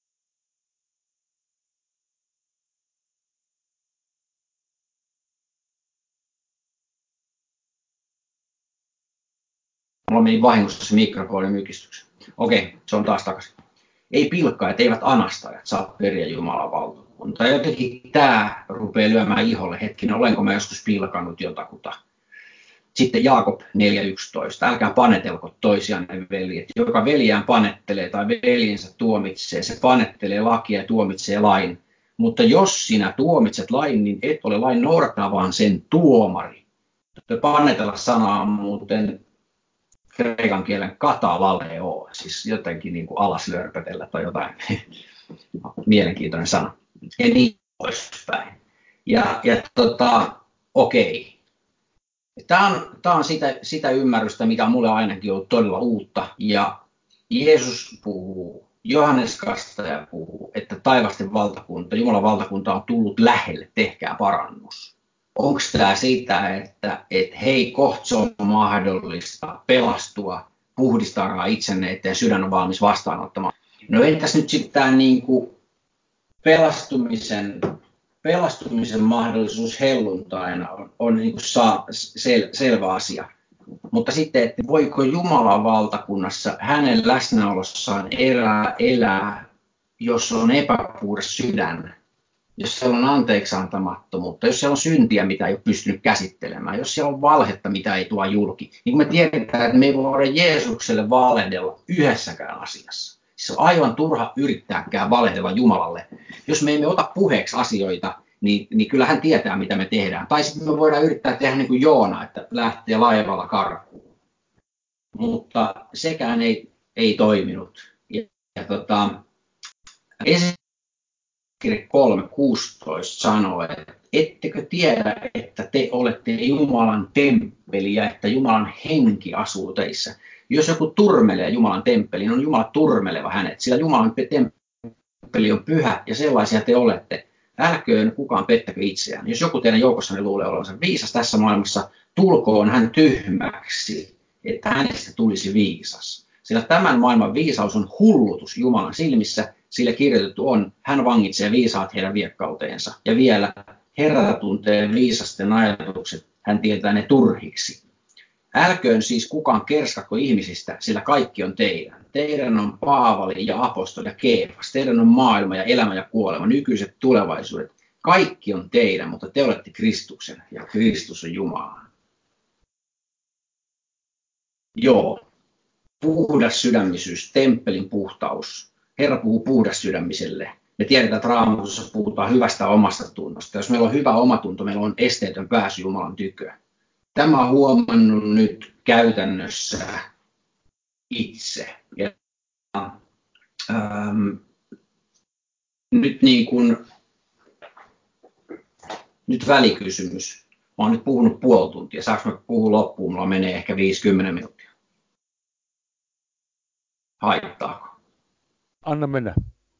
Mulla meni vahingossa mikrofonin mykistyksen. Okei, se on taas takaisin. Ei pilkkaajat, eivät anastajat saa periä Jumalan valtakuntaa. Jotenkin tämä rupeaa lyömään iholle hetkinen, olenko mä joskus pilkannut jotakuta. Sitten Jaakob neljä yksitoista, älkää panetelko toisianne veljet. Joka veljään panettelee tai veljensä tuomitsee, se panettelee lakia ja tuomitsee lain. Mutta jos sinä tuomitset lain, niin et ole lain noudattaa, vaan sen tuomari. Panetella sanaa muuten kreikan kielen katalaleo, siis jotenkin niin kuin alaslörpötellä tai jotain mielenkiintoinen sana. Ja niin poispäin. Ja, ja tota, okei. Tämä on, tämä on sitä, sitä ymmärrystä, mikä on mulle ainakin ollut todella uutta. Ja Jeesus puhuu, Johannes Kastaja puhuu, että taivasten valtakunta, Jumalan valtakunta on tullut lähelle, tehkää parannus. Onko tämä sitä, että et hei, kohta se on mahdollista pelastua, puhdistaa itsenne, ettei sydän on valmis vastaanottamaan? No entäs nyt sitten tämä niinku pelastumisen, pelastumisen mahdollisuus helluntaina on, on niinku saa, sel, selvä asia. Mutta sitten, että voiko Jumalan valtakunnassa hänen läsnäolossaan elää, elää, jos on epäpuhdas sydän, jos siellä on anteeksiantamattomuutta, jos siellä on syntiä, mitä ei ole pystynyt käsittelemään, jos siellä on valhetta, mitä ei tuo julki. Niin kuin me tiedetään, että me ei voida Jeesukselle valehdella yhdessäkään asiassa. Se on aivan turha yrittääkään valehdella Jumalalle. Jos me emme ota puheeksi asioita, niin, niin kyllä hän tietää, mitä me tehdään. Tai sitten me voidaan yrittää tehdä niin kuin Joona, että lähtee laivalla karkuun. Mutta sekään ei, ei toiminut. Ja, ja tota, Kirje kolme kuusitoista sanoo, että ettekö tiedä, että te olette Jumalan temppeli ja että Jumalan henki asuu teissä. Jos joku turmelee Jumalan temppelin, on Jumala turmeleva hänet, sillä Jumalan temppeli on pyhä ja sellaisia te olette. Älköön kukaan pettäkö itseään. Jos joku teidän joukossanne luulee olevansa viisas tässä maailmassa, tulkoon hän tyhmäksi, että hänestä tulisi viisas. Sillä tämän maailman viisaus on hullutus Jumalan silmissä, sillä kirjoitettu on, hän vangitsee viisaat heidän viekkauteensa. Ja vielä, Herra tuntee viisasten ajatukset, hän tietää ne turhiksi. Älköön siis kukaan kerskakko ihmisistä, sillä kaikki on teidän. Teidän on Paavali ja apostoli ja Keefas, teidän on maailma ja elämä ja kuolema, nykyiset tulevaisuudet. Kaikki on teidän, mutta te olette Kristuksen ja Kristus on Jumala. Joo, puhdas sydämisyys, temppelin puhtaus. Herra puhuu puhdas sydämiselle. Me tiedetään, että Raamatussa puhutaan hyvästä omasta tunnosta. Jos meillä on hyvä omatunto, meillä on esteetön pääsy Jumalan tykö. Tämä on huomannut nyt käytännössä itse. Ja, ähm, nyt, niin kuin, nyt välikysymys. Mä oon nyt puhunut puoli tuntia. Saanko mä puhua loppuun? Mulla menee ehkä viisikymmentä minuuttia. Haittaako? Anna mennä.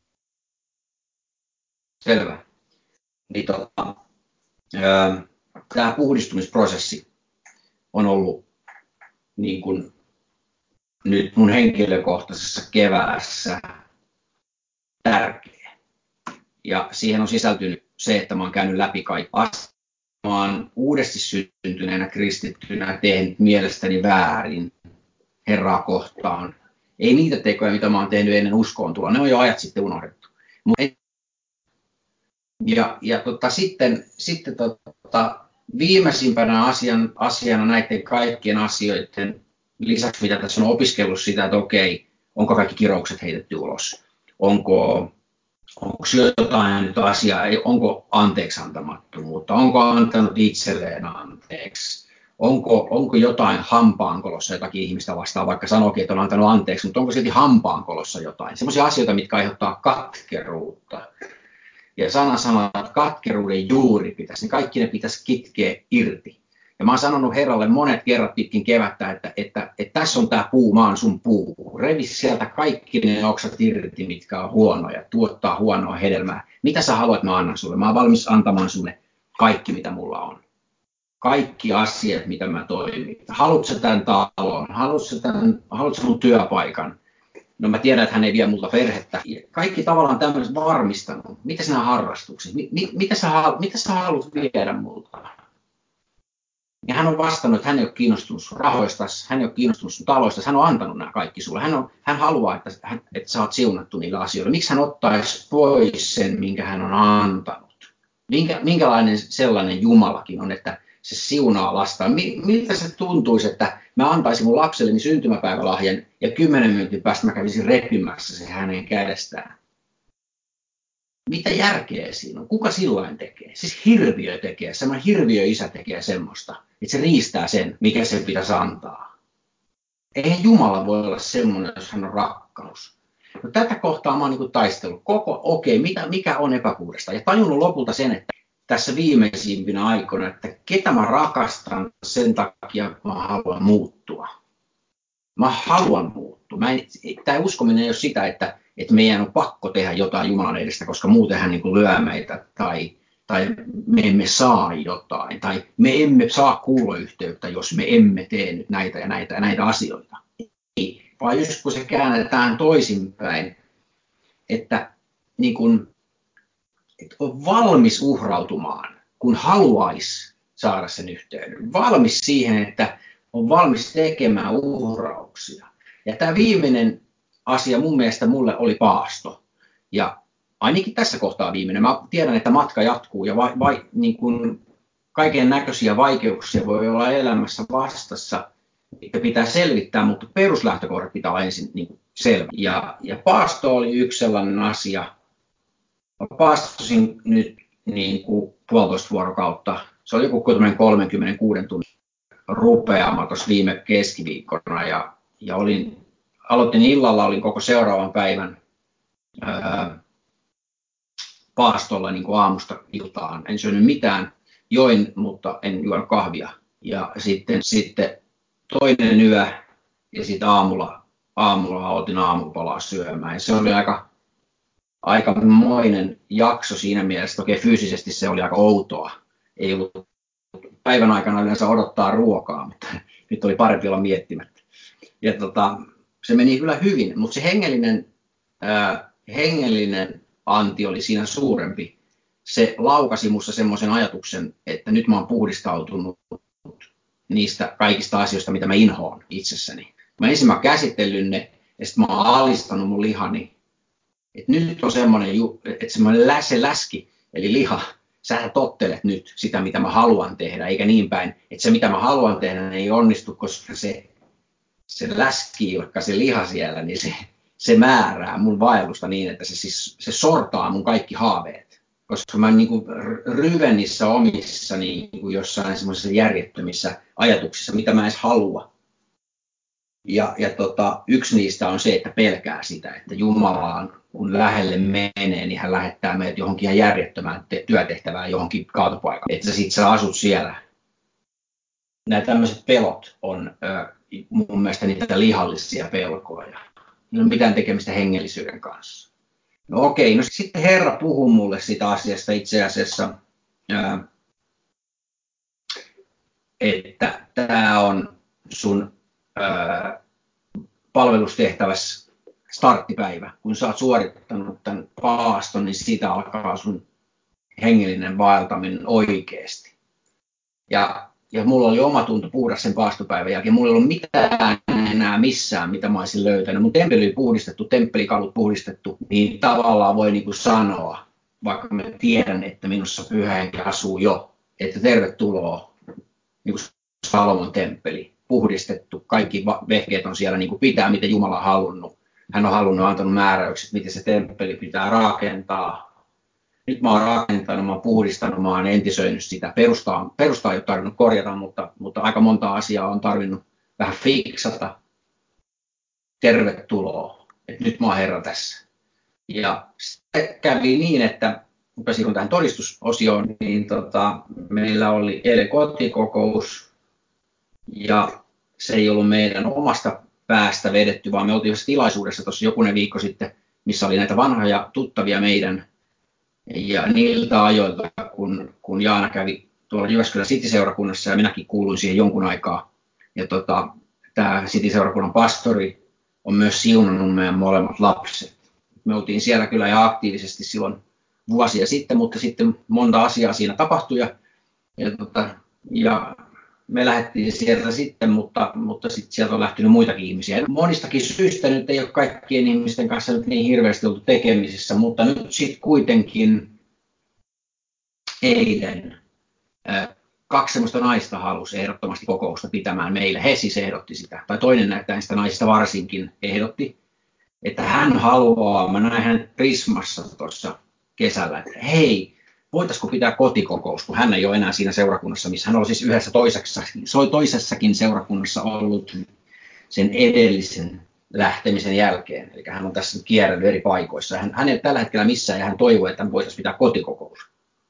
Selvä. Niin, tota, tämä puhdistumisprosessi on ollut niin kuin nyt mun henkilökohtaisessa keväässä tärkeä. Ja siihen on sisältynyt se, että mä oon käynyt läpi kaikki asiat. Mä oon uudesti syntyneenä kristittynä tehnyt mielestäni väärin Herraa kohtaan. Ei niitä tekoja, mitä mä oon tehnyt ennen uskoon tuloa. Ne on jo ajat sitten unohdettu. Ja, ja tota, sitten, sitten tota, viimeisimpänä asian, asiana näiden kaikkien asioiden lisäksi, mitä tässä on opiskellut sitä, että okei, onko kaikki kiroukset heitetty ulos, onko, onko jotain asiaa, onko anteeksi antamattomuutta, onko antanut itselleen anteeksi, onko, onko jotain hampaankolossa jotakin ihmistä vastaan, vaikka sanoikin, että on antanut anteeksi, mutta onko silti hampaankolossa jotain, sellaisia asioita, mitkä aiheuttaa katkeruutta. Ja sana sanoo, että katkeruuden juuri pitäisi, niin kaikki ne pitäisi kitkeä irti. Ja mä oon sanonut Herralle monet kerrat pitkin kevättä, että, että, että tässä on tämä puu, mä oon sun puu. Revi sieltä kaikki ne oksat irti, mitkä on huonoja, tuottaa huonoa hedelmää. Mitä sä haluat, mä annan sulle? Mä oon valmis antamaan sulle kaikki, mitä mulla on. Kaikki asiat, mitä mä toimin. Haluatko sä tämän talon? Haluatko sä, tämän, haluatko sä mun työpaikan? No mä tiedän, että hän ei vie multa perhettä. Kaikki tavallaan tämmöiset varmistanut. Mitä sinä harrastukset? Mit, mitä, sä, mitä sä haluat viedä multa? Ja hän on vastannut, että hän ei ole kiinnostunut sun rahoista, hän ei ole kiinnostunut sun taloista, hän on antanut nämä kaikki sulle. Hän, on, hän haluaa, että, että sä oot siunattu niillä asioilla. Miksi hän ottaisi pois sen, minkä hän on antanut? Minkä, minkälainen sellainen Jumalakin on, että se siunaa lastaan. Miltä se tuntuisi, että mä antaisin mun lapselleni syntymäpäivälahjan ja kymmenen minuutin päästä mä kävisin repimässä se hänen kädestään. Mitä järkeä siinä on? Kuka sillain tekee? Siis hirviö tekee, semmoinen hirviöisä tekee semmoista, että se riistää sen, mikä sen pitäisi antaa. Eihän Jumala voi olla semmoinen, jos hän on rakkaus. No, tätä kohtaa mä oon niin kuin taistellut koko, okei, okay, mikä on epäpuhdasta? Ja tajunnut lopulta sen, että tässä viimeisimpinä aikoina, että ketä mä rakastan sen takia, että mä haluan muuttua. Mä haluan muuttua. Tämä uskominen ei ole sitä, että, että meidän on pakko tehdä jotain Jumalan edestä, koska muuten hän niin kuin lyö meitä, tai, tai me emme saa jotain, tai me emme saa kuuloyhteyttä, jos me emme tee nyt näitä ja näitä ja näitä asioita. Ei, vaan just kun se käännetään toisinpäin, että niin kuin, että on valmis uhrautumaan, kun haluaisi saada sen yhteyden. Valmis siihen, että on valmis tekemään uhrauksia. Ja tämä viimeinen asia mun mielestä mulle oli paasto. Ja ainakin tässä kohtaa viimeinen. Mä tiedän, että matka jatkuu ja vai, vai, niin kuin kaiken näköisiä vaikeuksia voi olla elämässä vastassa, että pitää selvittää, mutta peruslähtökohdat pitää olla ensin niin kuin selvä. Ja, ja paasto oli yksi sellainen asia. Mä paastosin nyt niin kuin puolitoista vuorokautta. Se oli joku kolmekymmentäkuusi tunnin rupeama tuossa viime keskiviikkona. Ja, ja olin, aloitin illalla, olin koko seuraavan päivän ää, paastolla niin kuin aamusta iltaan. En syönyt mitään, join, mutta en juonut kahvia. Ja sitten, sitten toinen yö ja sitten aamulla, aamulla otin aamupalaa syömään. Ja se oli aika, aikamoinen jakso siinä mielessä. Okei, fyysisesti se oli aika outoa. Ei ollut päivän aikana yleensä odottaa ruokaa, mutta nyt oli parempi olla miettimättä. Ja tota, se meni kyllä hyvin, mutta se hengellinen, ää, hengellinen anti oli siinä suurempi. Se laukasi minussa semmoisen ajatuksen, että nyt mä oon puhdistautunut niistä kaikista asioista, mitä mä inhoan itsessäni. Mä ensin mä oon käsitellyt ne, ja sitten mä oon alistanut mun lihani. Että nyt on semmoinen, että semmoinen lä- se läski, eli liha, sä tottelet nyt sitä, mitä mä haluan tehdä, eikä niin päin, että se, mitä mä haluan tehdä, ei onnistu, koska se, se läski-ilkka, se liha siellä, niin se, se määrää mun vaellusta niin, että se, siis, se sortaa mun kaikki haaveet. Koska mä niin kuin ryven niissä omissa niin kuin jossain semmoisissa järjettömissä ajatuksissa, mitä mä edes halua. Ja, ja tota, yksi niistä on se, että pelkää sitä, että Jumalaan kun lähelle menee, niin hän lähettää meidät johonkin ihan järjettömään te- työtehtävään, johonkin kaatopaikalle. Että sit sä asut siellä. Nämä tämmöiset pelot on ö, mun mielestä niitä lihallisia pelkoja. Ei ole mitään tekemistä hengellisyyden kanssa. No okei, no sitten Herra puhui mulle siitä asiasta itse asiassa, ö, että tämä on sun ö, palvelustehtävässä starttipäivä. Kun sä oot suorittanut tämän paaston, niin siitä alkaa sun hengellinen vaeltaminen oikeasti. Ja, ja mulla oli oma tunto puhdas sen paastopäivän jälkeen. Mulla ei ollut mitään enää missään, mitä mä olisin löytänyt. Mun temppeli oli puhdistettu, temppelikalut puhdistettu, niin tavallaan voi niin kuin sanoa, vaikka mä tiedän, että minussa pyhä henki asuu jo, että tervetuloa niin kuin Salomon temppeli, puhdistettu, kaikki vehkeet on siellä niin kuin pitää, mitä Jumala on halunnut. Hän on halunnut antanut määräykset, miten se temppeli pitää rakentaa. Nyt mä oon rakentanut, mä oon puhdistanut, mä oon entisöinyt sitä. Perustaa, perustaa ei ole tarvinnut korjata, mutta, mutta aika monta asiaa on tarvinnut vähän fiksata. Tervetuloa, että nyt mä oon Herra tässä. Ja se kävi niin, että kun siirryn tähän todistusosioon, niin tota, meillä oli eilen kotikokous. Ja se ei ollut meidän omasta päästä vedetty, vaan me oltiin yhdessä tilaisuudessa tuossa jokunen viikko sitten, missä oli näitä vanhoja tuttavia meidän. Ja niiltä ajoilta, kun, kun Jaana kävi tuolla Jyväskylän City-seurakunnassa ja minäkin kuuluin siihen jonkun aikaa. Ja tota, tämä City-seurakunnan pastori on myös siunannut meidän molemmat lapset. Me oltiin siellä kyllä ihan aktiivisesti silloin vuosia sitten, mutta sitten monta asiaa siinä tapahtui. Ja, ja, tota, ja me lähdettiin sieltä sitten, mutta, mutta sitten sieltä on lähtenyt muitakin ihmisiä. Monistakin syistä nyt ei ole kaikkien ihmisten kanssa nyt niin hirveästi oltu tekemisissä, mutta nyt sitten kuitenkin eilen äh, kaksi sellaista naista halusi ehdottomasti kokousta pitämään meille. He siis ehdotti sitä, tai toinen näistä naisista varsinkin ehdotti, että hän haluaa, mä näin hän Prismassa tuossa kesällä, että hei, voitaisiko pitää kotikokous, kun hän ei ole enää siinä seurakunnassa, missä hän oli siis yhdessä toisessa, toisessakin seurakunnassa ollut sen edellisen lähtemisen jälkeen. Eli hän on tässä kierrellyt eri paikoissa. Hän, hän ei ole tällä hetkellä missään ja hän toivoi, että hän voitaisiin pitää kotikokous.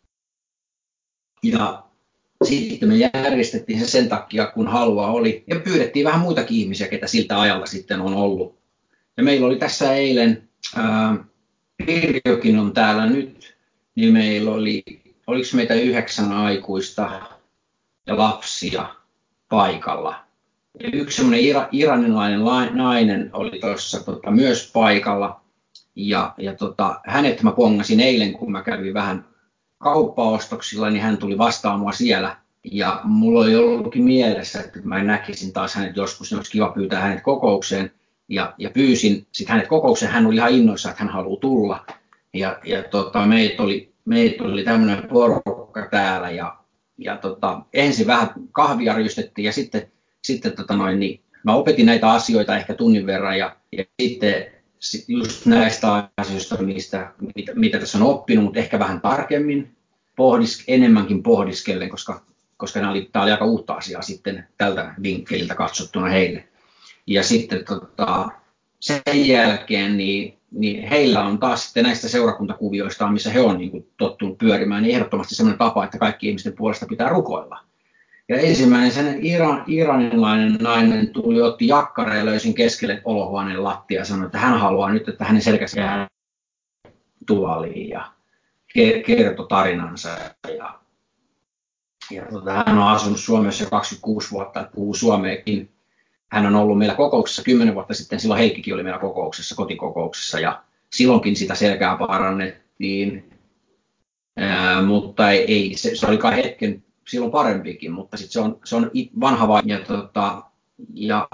Ja sitten me järjestettiin se sen takia, kun halua oli. Ja pyydettiin vähän muitakin ihmisiä, ketä siltä ajalta sitten on ollut. Ja meillä oli tässä eilen, ää, Pirjokin on täällä nyt, niin meillä oli, oliko meitä yhdeksän aikuista ja lapsia paikalla. Ja yksi semmoinen ira, iranilainen nainen oli tuossa tota, myös paikalla. Ja, ja tota, hänet mä pongasin eilen, kun mä kävin vähän kauppaostoksilla, niin hän tuli vastaan mua siellä. Ja mulla oli ollutkin mielessä, että mä näkisin taas hänet joskus, niin olisi kiva pyytää hänet kokoukseen. Ja, ja pyysin sitten hänet kokoukseen, hän oli ihan innoissaan, että hän haluaa tulla. Ja, ja tota, meitä oli, meitä oli tämmöinen porukka täällä ja, ja tota, ensin vähän kahvia ryystettiin ja sitten, sitten tota noin, niin mä opetin näitä asioita ehkä tunnin verran ja, ja sitten just näistä asioista, mistä, mitä, mitä tässä on oppinut, mutta ehkä vähän tarkemmin, pohdis, enemmänkin pohdiskellen, koska, koska nämä oli, tämä oli aika uutta asiaa sitten tältä vinkkeliltä katsottuna heille. Ja sitten tota, sen jälkeen niin, niin heillä on taas sitten näistä seurakuntakuvioista, missä he on niin kuin tottunut pyörimään, niin ehdottomasti sellainen tapa, että kaikki ihmisten puolesta pitää rukoilla. Ja ensimmäinen sen iran, iranilainen nainen tuli, otti jakkareen ja löysin keskelle olohuoneen lattia ja sanoi, että hän haluaa nyt, että hänen selkänsä jää tuoliin ja kertoi tarinansa. Ja, ja tota, hän on asunut Suomessa jo kaksikymmentäkuusi vuotta, että puhuu suomeakin. Hän on ollut meillä kokouksessa kymmenen vuotta sitten, silloin Heikkikin oli meillä kokouksessa, kotikokouksessa, ja silloinkin sitä selkää parannettiin, Ää, mutta ei, ei se, se oli kai hetken silloin parempikin, mutta sitten se on, se on vanha vai. Ja, tota, ja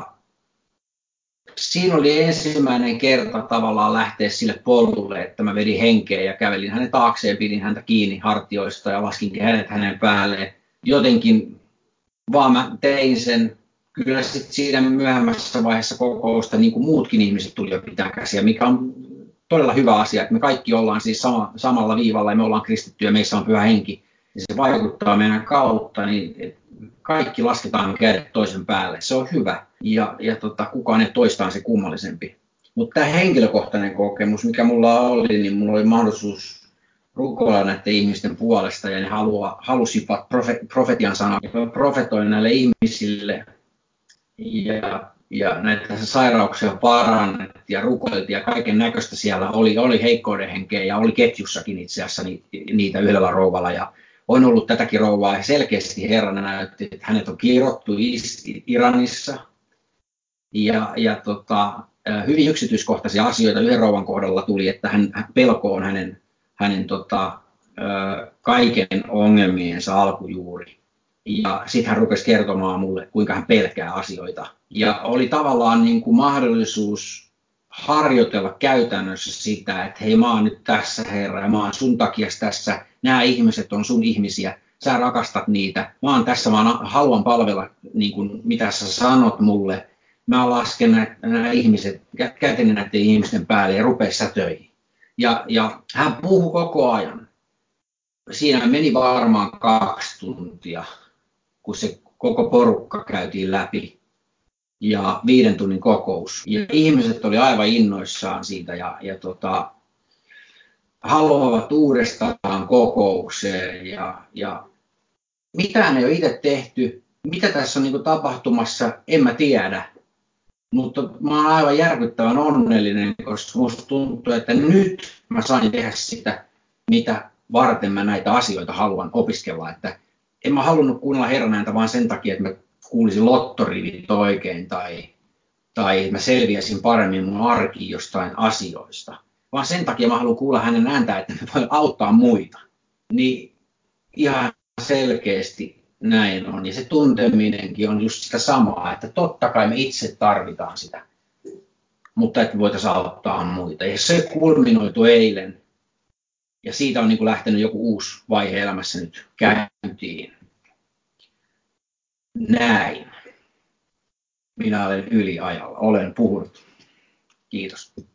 siinä oli ensimmäinen kerta tavallaan lähteä sille polulle, että mä vedin henkeä ja kävelin hänen taakseen, pidin häntä kiinni hartioista ja laskinkin hänet hänen päälleen. Jotenkin vaan mä tein sen. Kyllä sitten siinä myöhemmässä vaiheessa kokousta niin kuin muutkin ihmiset tuli jo pitää käsiä, mikä on todella hyvä asia, että me kaikki ollaan siis sama, samalla viivalla ja me ollaan kristittyjä, meissä on pyhä henki ja se vaikuttaa meidän kautta, niin kaikki lasketaan kädet toisen päälle. Se on hyvä ja, ja tota, kukaan ei toistaan se kummallisempi. Mutta tämä henkilökohtainen kokemus, mikä mulla oli, niin mulla oli mahdollisuus rukoilla näiden ihmisten puolesta ja ne halua, halusivat profe, profetian sanaa. Mä profetoin näille ihmisille ja, ja näitä sairauksia parannettiin ja rukoiltiin ja kaiken näköistä siellä oli. Oli heikkouden henkeä ja oli ketjussakin itse asiassa niitä yhdellä rouvalla. Ja on ollut tätäkin rouvaa ja selkeästi Herra näytti, että hänet on kirottu Iranissa. Ja, ja tota, hyvin yksityiskohtaisia asioita yhden rouvan kohdalla tuli, että hän pelko on hänen, hänen tota, kaiken ongelmiensa alkujuuri. Ja sitten hän rupesi kertomaan mulle, kuinka hän pelkää asioita. Ja oli tavallaan niin kuin mahdollisuus harjoitella käytännössä sitä, että hei, mä oon nyt tässä, Herra, ja mä oon sun takia tässä. Nämä ihmiset on sun ihmisiä. Sä rakastat niitä. Mä oon tässä, mä haluan palvella, niin kuin mitä sä sanot mulle. Mä lasken nämä, nämä ihmiset, käteni näiden ihmisten päälle ja rupea sä töihin. Ja, ja hän puhui koko ajan. Siinä meni varmaan kaksi tuntia, kun se koko porukka käytiin läpi ja viiden tunnin kokous. Ja ihmiset oli aivan innoissaan siitä ja, ja tota, haluavat uudestaan kokoukseen. Ja, ja mitään ei ole itse tehty. Mitä tässä on niin kuin tapahtumassa, en mä tiedä. Mutta mä oon aivan järkyttävän onnellinen, koska musta tuntuu, että nyt mä sain tehdä sitä, mitä varten mä näitä asioita haluan opiskella. Että en mä halunnut kuunnella Herran ääntä vaan sen takia, että mä kuulisin lottorivit oikein tai, tai mä selviäisin paremmin mun arkiin jostain asioista. Vaan sen takia mä haluan kuulla hänen ääntään, että mä voin auttaa muita. Niin ihan selkeästi näin on. Ja se tunteminenkin on just sitä samaa, että totta kai me itse tarvitaan sitä, mutta että voitaisiin auttaa muita. Ja se kulminoitu eilen. Ja siitä on niin kuin lähtenyt joku uusi vaihe elämässä nyt käyntiin. Näin. Minä olen yliajalla. Olen puhunut. Kiitos.